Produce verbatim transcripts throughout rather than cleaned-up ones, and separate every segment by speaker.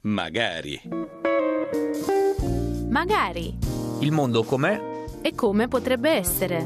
Speaker 1: Magari.
Speaker 2: Magari.
Speaker 3: Il mondo com'è?
Speaker 2: E come potrebbe essere.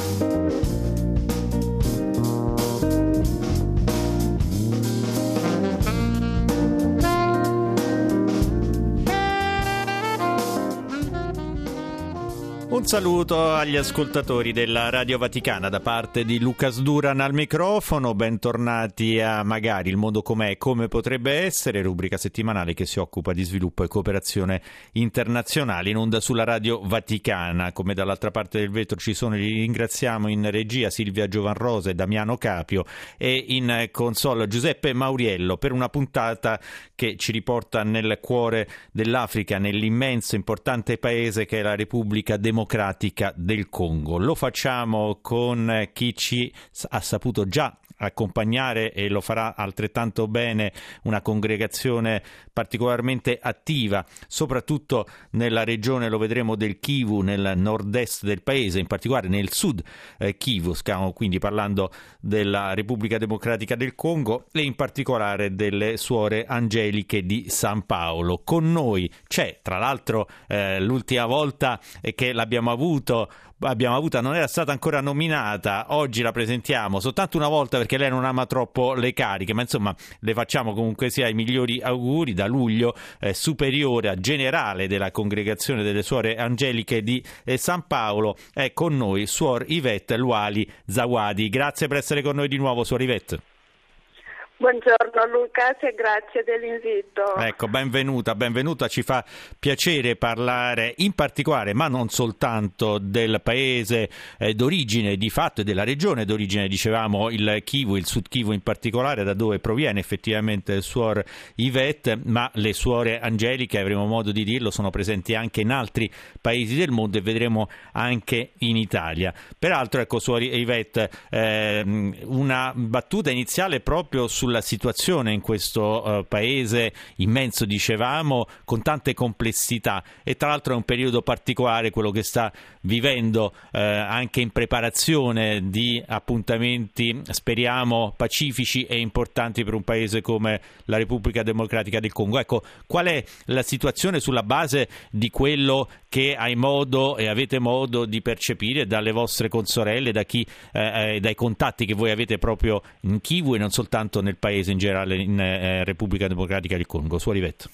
Speaker 3: Un saluto agli ascoltatori della Radio Vaticana da parte di Lucas Duran al microfono. Bentornati a Magari, il mondo com'è e come potrebbe essere, rubrica settimanale che si occupa di sviluppo e cooperazione internazionale in onda sulla Radio Vaticana. Come dall'altra parte del vetro ci sono, li ringraziamo in regia Silvia Giovanrosa e Damiano Capio, e in console Giuseppe Mauriello per una puntata che ci riporta nel cuore dell'Africa, nell'immenso importante paese che è la Repubblica Democratica del Congo. Lo facciamo con chi ci ha saputo già accompagnare e lo farà altrettanto bene, una congregazione particolarmente attiva soprattutto nella regione, lo vedremo, del Kivu, nel nord-est del paese, in particolare nel sud eh, Kivu, stiamo quindi parlando della Repubblica Democratica del Congo e in particolare delle suore angeliche di San Paolo. Con noi c'è, tra l'altro, eh, l'ultima volta che l'abbiamo avuto abbiamo avuta non era stata ancora nominata, oggi la presentiamo soltanto una volta perché lei non ama troppo le cariche, ma insomma le facciamo comunque sia i migliori auguri. Da luglio eh, superiore generale della congregazione delle suore angeliche di eh, San Paolo è con noi suor Yvette Luali Zawadi. Grazie per essere con noi di nuovo, suor Yvette.
Speaker 4: Buongiorno Lucas e grazie dell'invito.
Speaker 3: Ecco, benvenuta, benvenuta, ci fa piacere parlare in particolare, ma non soltanto, del paese eh, d'origine di fatto e della regione d'origine, dicevamo il Kivu, il Sud Kivu in particolare, da dove proviene effettivamente il suor Yvette, ma le suore angeliche, avremo modo di dirlo, sono presenti anche in altri paesi del mondo e vedremo anche in Italia. Peraltro, ecco, suor Yvette, eh, una battuta iniziale proprio su sulla situazione in questo uh, paese immenso, dicevamo, con tante complessità, e tra l'altro è un periodo particolare quello che sta vivendo, eh, anche in preparazione di appuntamenti, speriamo, pacifici e importanti per un paese come la Repubblica Democratica del Congo. Ecco, qual è la situazione sulla base di quello che hai modo e avete modo di percepire dalle vostre consorelle, da chi, eh, dai contatti che voi avete proprio in Kivu e non soltanto nel paese in generale, in eh, Repubblica Democratica del Congo? Suor Yvette.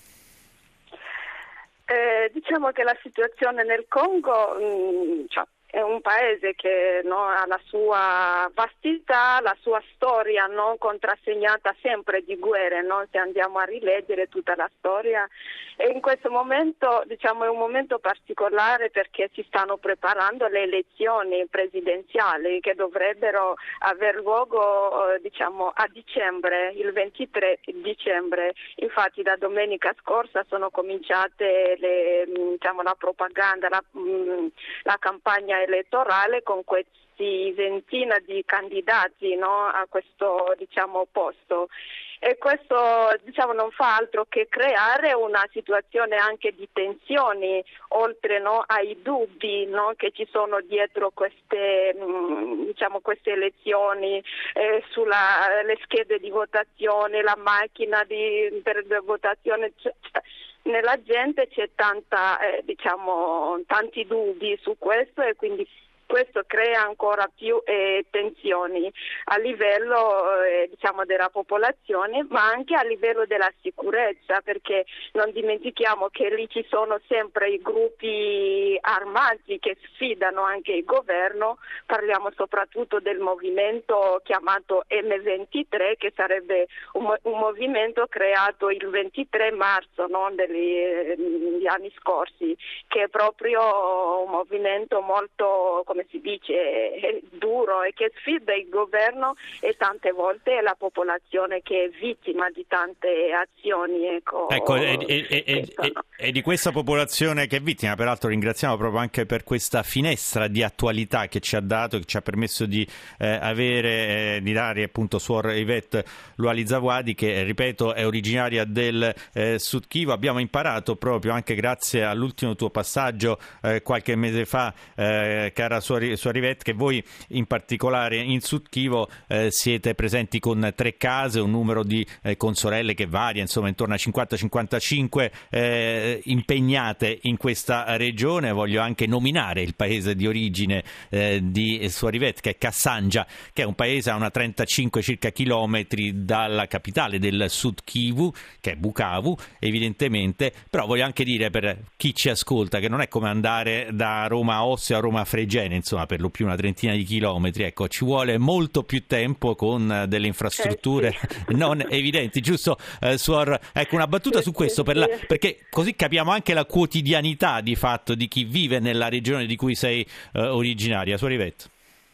Speaker 4: Eh, diciamo che la situazione nel Congo mh, cioè, è un paese che no, ha la sua vastità, la sua storia, no, contrassegnata sempre di guerre, no? Se andiamo a rileggere tutta la storia, e in questo momento, diciamo, è un momento particolare perché si stanno preparando le elezioni presidenziali che dovrebbero aver luogo, diciamo, a dicembre, il ventitré dicembre. Infatti da domenica scorsa sono cominciate le, diciamo, la propaganda, la, la campagna elettorale con questi ventina di candidati, no, a questo, diciamo, posto. E questo, diciamo, non fa altro che creare una situazione anche di tensioni, oltre, no, ai dubbi, no, che ci sono dietro queste, mh, diciamo, queste elezioni, eh, sulla le schede di votazione, la macchina di, per la votazione. Cioè, nella gente c'è tanta, eh, diciamo, tanti dubbi su questo, e quindi questo crea ancora più eh, tensioni a livello eh, diciamo della popolazione, ma anche a livello della sicurezza, perché non dimentichiamo che lì ci sono sempre i gruppi armati che sfidano anche il governo. Parliamo soprattutto del movimento chiamato emme ventitré, che sarebbe un, un movimento creato il ventitré marzo, no, degli, degli anni scorsi, che è proprio un movimento molto, come si dice, duro e che sfida il governo e tante volte la popolazione che è vittima di tante azioni. Ecco,
Speaker 3: ecco e, e, e, e, e di questa popolazione che è vittima, peraltro ringraziamo proprio anche per questa finestra di attualità che ci ha dato, che ci ha permesso di eh, avere, eh, di dare appunto suor Yvette Luali Zawadi, che ripeto è originaria del eh, Sud Kivu. Abbiamo imparato proprio anche grazie all'ultimo tuo passaggio eh, qualche mese fa, eh, cara suor Suor, Suor Yvette, che voi in particolare in Sud Kivu eh, siete presenti con tre case, un numero di eh, consorelle che varia, insomma intorno a cinquanta cinquantacinque eh, impegnate in questa regione. Voglio anche nominare il paese di origine eh, di Suor Yvette, che è Kassandja, che è un paese a una trentacinque circa chilometri dalla capitale del Sud Kivu, che è Bukavu, evidentemente. Però voglio anche dire, per chi ci ascolta, che non è come andare da Roma a Ostia a Roma a Fregene, insomma per lo più una trentina di chilometri, ecco, ci vuole molto più tempo con delle infrastrutture eh sì. non evidenti, giusto eh, Suor? Ecco, una battuta su questo, per la, perché così capiamo anche la quotidianità di fatto di chi vive nella regione di cui sei eh, originaria, Suor Yvette.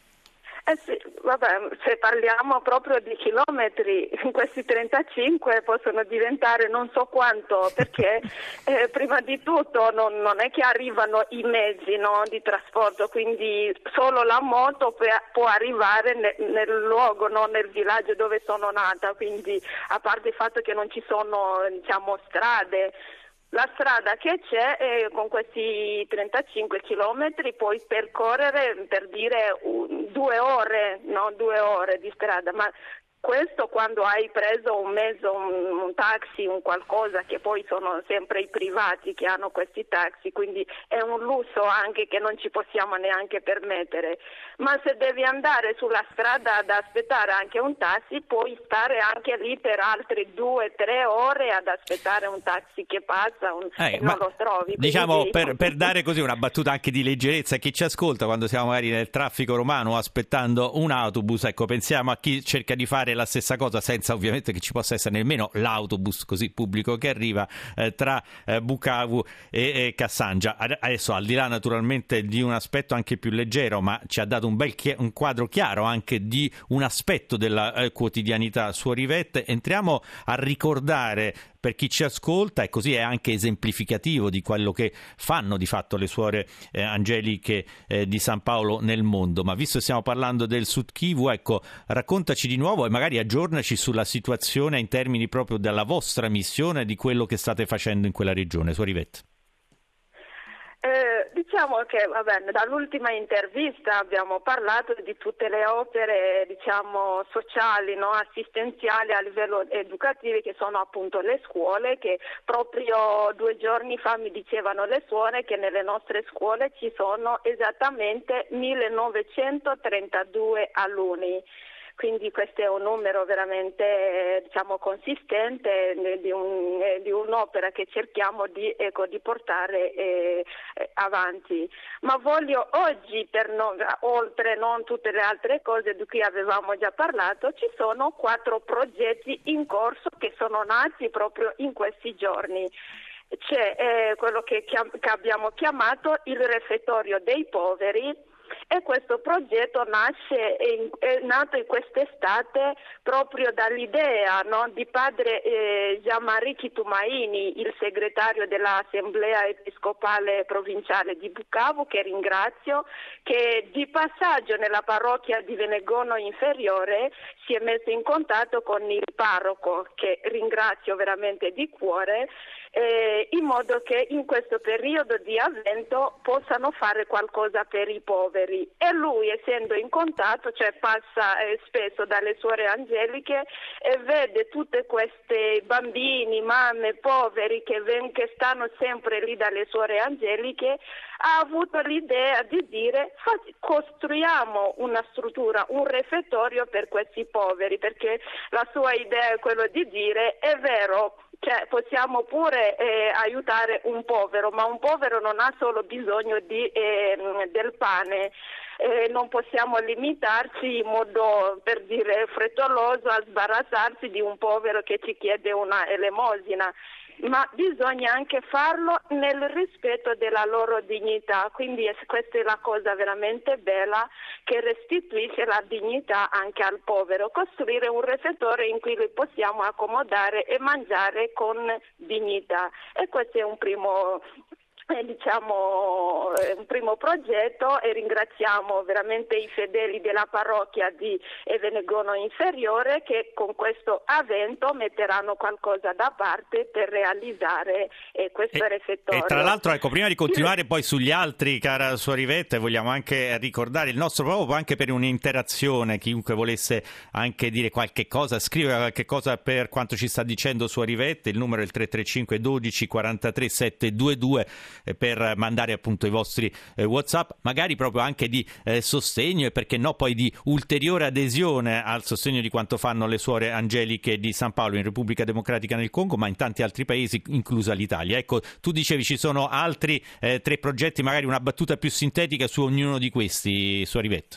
Speaker 4: Eh sì, vabbè, se parliamo proprio di chilometri, questi trentacinque possono diventare non so quanto, perché eh, prima di tutto non, non è che arrivano i mezzi, no, di trasporto, quindi solo la moto può, può arrivare ne, nel luogo, no, nel villaggio dove sono nata, quindi a parte il fatto che non ci sono, diciamo, strade. La strada che c'è è con questi trentacinque chilometri puoi percorrere, per dire, un, due ore, no? Due ore di strada, ma questo quando hai preso un mezzo, un, un taxi, un qualcosa, che poi sono sempre i privati che hanno questi taxi, quindi è un lusso anche che non ci possiamo neanche permettere. Ma se devi andare sulla strada ad aspettare anche un taxi, puoi stare anche lì per altre due, tre ore ad aspettare un taxi che passa un, eh, e non lo trovi.
Speaker 3: Diciamo,
Speaker 4: quindi...
Speaker 3: per, per dare così una battuta anche di leggerezza a chi ci ascolta, quando siamo magari nel traffico romano aspettando un autobus, ecco, pensiamo a chi cerca di fare la stessa cosa senza ovviamente che ci possa essere nemmeno l'autobus così pubblico che arriva eh, tra eh, Bukavu e, e Kassandja. Adesso, al di là naturalmente di un aspetto anche più leggero, ma ci ha dato un bel chi- un quadro chiaro anche di un aspetto della eh, quotidianità, Suor Yvette, entriamo a ricordare per chi ci ascolta, e così è anche esemplificativo di quello che fanno di fatto le suore eh, angeliche eh, di San Paolo nel mondo. Ma visto che stiamo parlando del Sud Kivu, ecco, raccontaci di nuovo e magari aggiornaci sulla situazione in termini proprio della vostra missione, di quello che state facendo in quella regione, Suor Yvette.
Speaker 4: Eh, diciamo che va bene, dall'ultima intervista abbiamo parlato di tutte le opere, diciamo, sociali, no, assistenziali a livello educativo, che sono appunto le scuole, che proprio due giorni fa mi dicevano le suore che nelle nostre scuole ci sono esattamente millenovecentotrentadue alunni. Quindi questo è un numero veramente, diciamo, consistente di, un, di un'opera che cerchiamo di, ecco, di portare eh, avanti. Ma voglio oggi, per non, oltre non tutte le altre cose di cui avevamo già parlato, ci sono quattro progetti in corso che sono nati proprio in questi giorni. C'è eh, quello che, chiam- che abbiamo chiamato il refettorio dei poveri. E questo progetto nasce, è, è nato in quest'estate proprio dall'idea, no, di padre eh, Jean-Marie Kitumaini, il segretario dell'Assemblea Episcopale Provinciale di Bukavu, che ringrazio, che di passaggio nella parrocchia di Venegono Inferiore si è messo in contatto con il parroco, che ringrazio veramente di cuore, Eh, in modo che in questo periodo di avvento possano fare qualcosa per i poveri. E lui, essendo in contatto, cioè passa eh, spesso dalle suore angeliche e vede tutte queste bambini, mamme, poveri che, ven- che stanno sempre lì dalle suore angeliche, ha avuto l'idea di dire fa- costruiamo una struttura, un refettorio per questi poveri, perché la sua idea è quello di dire è vero, cioè possiamo pure eh, aiutare un povero, ma un povero non ha solo bisogno di, eh, del pane. Eh, non possiamo limitarci in modo, per dire, frettoloso a sbarazzarsi di un povero che ci chiede una elemosina, ma bisogna anche farlo nel rispetto della loro dignità. Quindi questa è la cosa veramente bella, che restituisce la dignità anche al povero, costruire un refettorio in cui li possiamo accomodare e mangiare con dignità. E questo è un primo è, diciamo, è un primo progetto, e ringraziamo veramente i fedeli della parrocchia di Evenegono Inferiore che con questo avvento metteranno qualcosa da parte per realizzare eh, questo
Speaker 3: e,
Speaker 4: refettorio.
Speaker 3: E tra l'altro, ecco, prima di continuare poi sugli altri, cara Suor Ivette, vogliamo anche ricordare il nostro proprio anche per un'interazione, chiunque volesse anche dire qualche cosa, scrivere qualche cosa per quanto ci sta dicendo Suor Ivette, il numero è il tre tre cinque dodici quarantatré settecentoventidue per mandare appunto i vostri eh, WhatsApp, magari proprio anche di eh, sostegno e perché no poi di ulteriore adesione al sostegno di quanto fanno le suore angeliche di San Paolo in Repubblica Democratica nel Congo, ma in tanti altri paesi, inclusa l'Italia. Ecco, tu dicevi ci sono altri eh, tre progetti, magari una battuta più sintetica su ognuno di questi, Suor Ivette.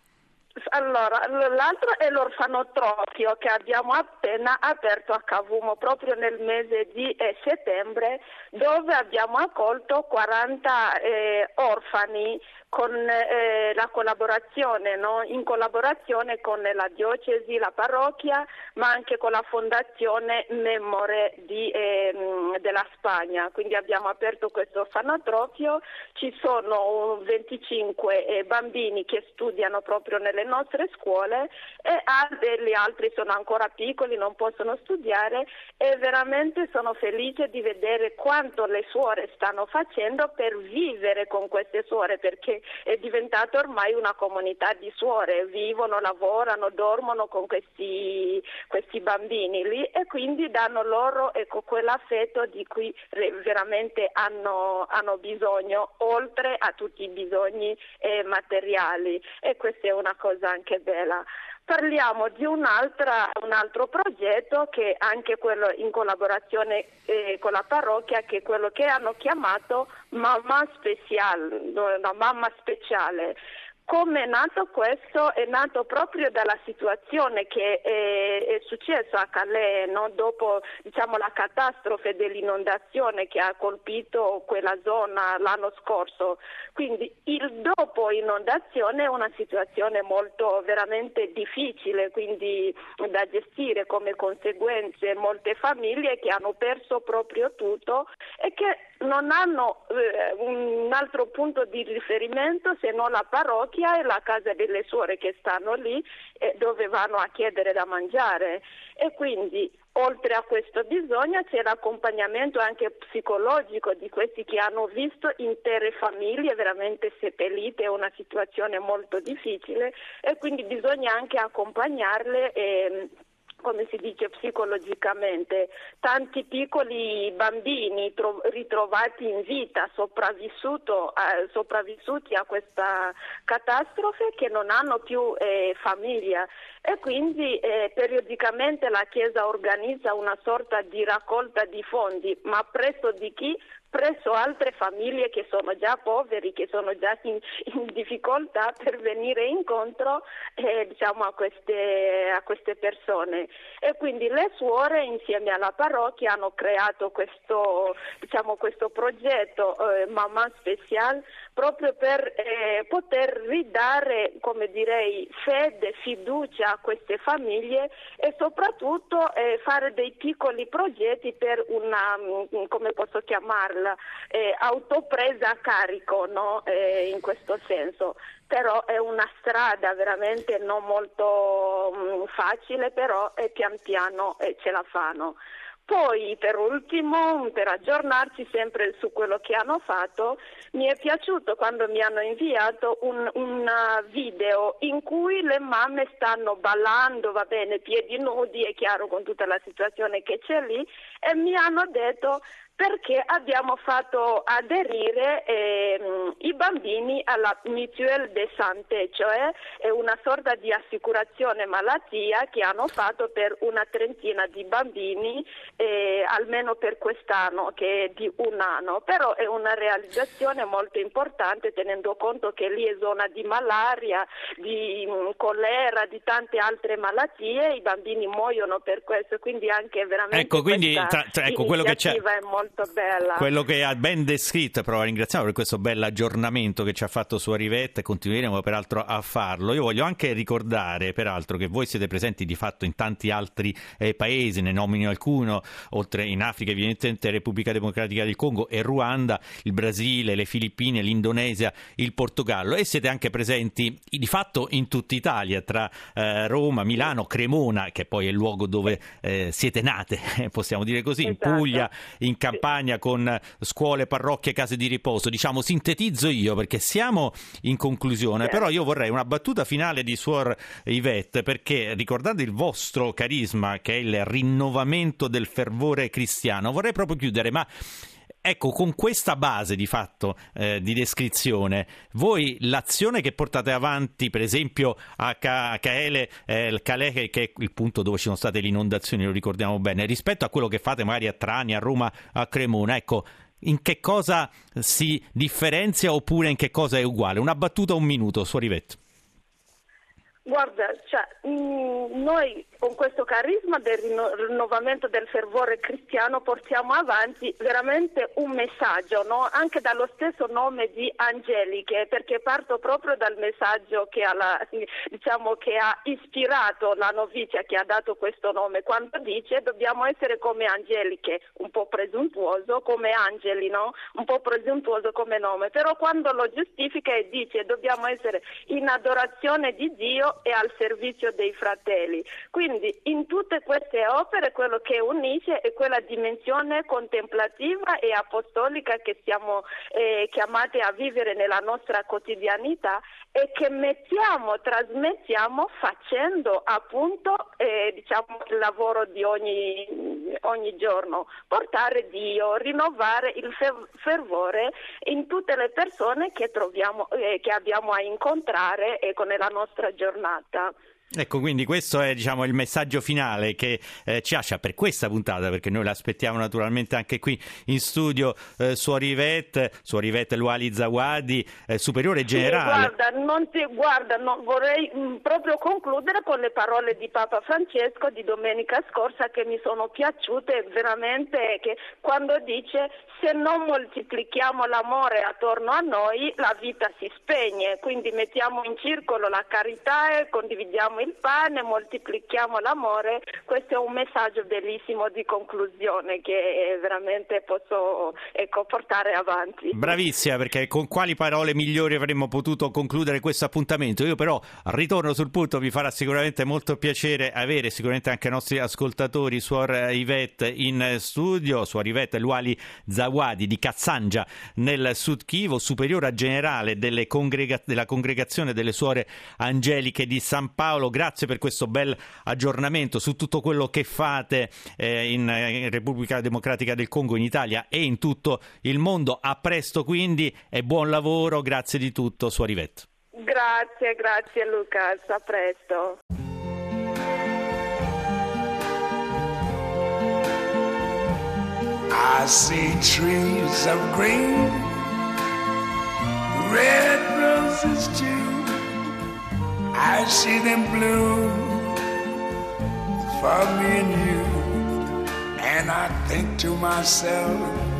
Speaker 4: Allora, l'altro è l'orfanotrofio che abbiamo appena aperto a Cavumo proprio nel mese di eh, settembre, dove abbiamo accolto quaranta eh, orfani con eh, la collaborazione, no? In collaborazione con la diocesi, la parrocchia, ma anche con la fondazione Memore di, eh, della Spagna. Quindi abbiamo aperto questo orfanotrofio, ci sono venticinque eh, bambini che studiano proprio nelle nostre scuole e gli altri sono ancora piccoli, non possono studiare, e veramente sono felice di vedere quanto le suore stanno facendo per vivere con queste suore, perché è diventata ormai una comunità di suore, vivono, lavorano, dormono con questi, questi bambini lì, e quindi danno loro, ecco, quell'affetto di cui veramente hanno, hanno bisogno, oltre a tutti i bisogni eh, materiali, e questa è una cosa anche bella. Parliamo di un'altra, un altro progetto che è anche quello in collaborazione eh, con la parrocchia, che è quello che hanno chiamato Mamma Special, no, Mamma Speciale. Come è nato questo? È nato proprio dalla situazione che è, è successa a Calais, no? Dopo, diciamo, la catastrofe dell'inondazione che ha colpito quella zona l'anno scorso. Quindi il dopo inondazione è una situazione molto veramente difficile, quindi da gestire, come conseguenze molte famiglie che hanno perso proprio tutto e che non hanno eh, un altro punto di riferimento se non la parrocchia e la casa delle suore che stanno lì, eh, dove vanno a chiedere da mangiare. E quindi oltre a questo bisogno c'è l'accompagnamento anche psicologico di questi che hanno visto intere famiglie veramente seppellite, è una situazione molto difficile, e quindi bisogna anche accompagnarle e, come si dice, psicologicamente. Tanti piccoli bambini tro- ritrovati in vita, sopravvissuto, eh, sopravvissuti a questa catastrofe, che non hanno più eh, famiglia, e quindi eh, periodicamente la Chiesa organizza una sorta di raccolta di fondi, ma presso di chi? Presso altre famiglie che sono già poveri, che sono già in, in difficoltà, per venire incontro eh, diciamo a queste, a queste persone. E quindi le suore insieme alla parrocchia hanno creato questo, diciamo, questo progetto eh, Mamma Special, proprio per eh, poter ridare, come direi, fede, fiducia a queste famiglie, e soprattutto eh, fare dei piccoli progetti per una, come posso chiamarla, Eh, autopresa a carico, no? Eh, in questo senso. Però è una strada veramente non molto mh, facile, però eh, pian piano eh, ce la fanno. Poi, per ultimo, per aggiornarci sempre su quello che hanno fatto, mi è piaciuto quando mi hanno inviato un, un video in cui le mamme stanno ballando, va bene, piedi nudi, è chiaro, con tutta la situazione che c'è lì, e mi hanno detto perché abbiamo fatto aderire eh, i bambini alla Mutuelle de Santé, cioè è una sorta di assicurazione malattia che hanno fatto per una trentina di bambini, eh, almeno per quest'anno, che è di un anno, però è una realizzazione molto importante, tenendo conto che lì è zona di malaria, di mh, colera, di tante altre malattie, i bambini muoiono per questo, quindi anche veramente
Speaker 3: ecco, quindi,
Speaker 4: questa
Speaker 3: tra, tra, ecco, quello che c'è,
Speaker 4: è molto molto bella.
Speaker 3: Quello che ha ben descritto, però ringraziamo per questo bel aggiornamento che ci ha fatto Suor Yvette e continueremo peraltro a farlo. Io voglio anche ricordare peraltro che voi siete presenti di fatto in tanti altri eh, paesi, ne nomino alcuno, oltre in Africa evidentemente Repubblica Democratica del Congo e Ruanda, il Brasile, le Filippine, l'Indonesia, il Portogallo, e siete anche presenti di fatto in tutta Italia, tra eh, Roma, Milano, Cremona, che poi è il luogo dove eh, siete nate, possiamo dire così,
Speaker 4: esatto.
Speaker 3: in Puglia, in Campania, con scuole, parrocchie, case di riposo. Diciamo, sintetizzo io perché siamo in conclusione,
Speaker 4: certo.
Speaker 3: però io vorrei una battuta finale di Suor Yvette, perché ricordando il vostro carisma, che è il rinnovamento del fervore cristiano, vorrei proprio chiudere, ma ecco, con questa base di fatto eh, di descrizione, voi l'azione che portate avanti, per esempio a Kaele, eh, il Calais, che, che è il punto dove ci sono state le inondazioni, lo ricordiamo bene, rispetto a quello che fate magari a Trani, a Roma, a Cremona, ecco, in che cosa si differenzia oppure in che cosa è uguale? Una battuta, un minuto, Suor Yvette.
Speaker 4: Guarda, cioè, mh, noi con questo carisma del rinno- rinnovamento del fervore cristiano portiamo avanti veramente un messaggio, no? Anche dallo stesso nome di Angeliche, perché parto proprio dal messaggio che ha, la, diciamo, che ha ispirato la novizia che ha dato questo nome, quando dice dobbiamo essere come Angeliche, un po' presuntuoso, come angeli, no? Un po' presuntuoso come nome, però quando lo giustifica e dice dobbiamo essere in adorazione di Dio e al servizio dei fratelli. Quindi in tutte queste opere quello che unisce è quella dimensione contemplativa e apostolica che siamo eh, chiamati a vivere nella nostra quotidianità e che mettiamo, trasmettiamo facendo appunto eh, diciamo il lavoro di ogni, ogni giorno, portare Dio, rinnovare il fervore in tutte le persone che troviamo, eh, che abbiamo a incontrare ecco, nella nostra giornata.
Speaker 3: Ecco, quindi questo è, diciamo, il messaggio finale che eh, ci lascia per questa puntata, perché noi l'aspettiamo naturalmente anche qui in studio, eh, Suor Yvette, Suor Yvette Louali Zawadi, eh, superiore generale.
Speaker 4: Sì, guarda, non ti, guarda non, vorrei mh, proprio concludere con le parole di Papa Francesco di domenica scorsa che mi sono piaciute veramente, che quando dice se non moltiplichiamo l'amore attorno a noi la vita si spegne, quindi mettiamo in circolo la carità e condividiamo il pane, moltiplichiamo l'amore. Questo è un messaggio bellissimo di conclusione che veramente posso ecco, portare avanti.
Speaker 3: Bravissima, perché con quali parole migliori avremmo potuto concludere questo appuntamento? Io però ritorno sul punto, mi farà sicuramente molto piacere avere sicuramente anche i nostri ascoltatori Suor Yvette in studio, Suor Yvette Louali Zawadi di Cazzangia nel Sud Kivu, superiora generale delle congrega- della congregazione delle Suore Angeliche di San Paolo. Grazie per questo bel aggiornamento su tutto quello che fate eh, in, in Repubblica Democratica del Congo, in Italia e in tutto il mondo. A presto quindi e buon lavoro, grazie di tutto, Suor Yvette.
Speaker 4: Grazie, grazie Lucas, a presto.
Speaker 1: I see trees of green, red roses too. I see them bloom for me and you, and I think to myself,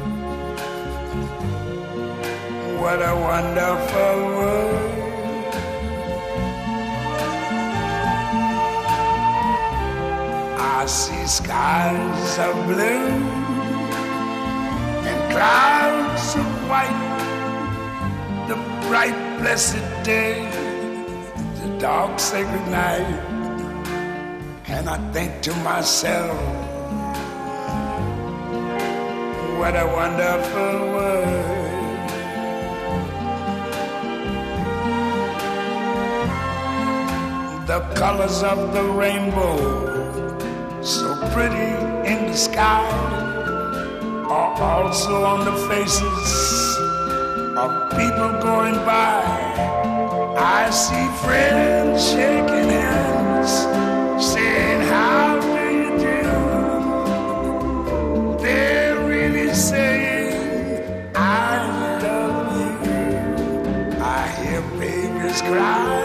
Speaker 1: what a wonderful world. I see skies of blue and clouds of white, the bright blessed day, dark sacred night, and I think to myself, what a wonderful world. The colors of the rainbow, so pretty in the sky, are also on the faces of people going by. I see friends shaking hands, saying, how do you do? They're really saying, I love you. I hear babies cry,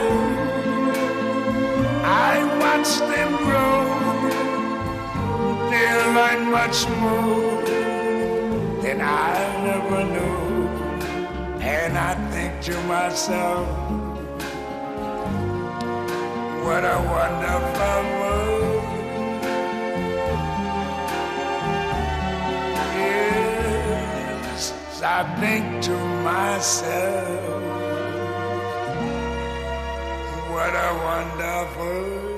Speaker 1: I watch them grow. They'll learn much more never knew. And I think to myself, what a wonderful world. Yes, I think to myself, what a wonderful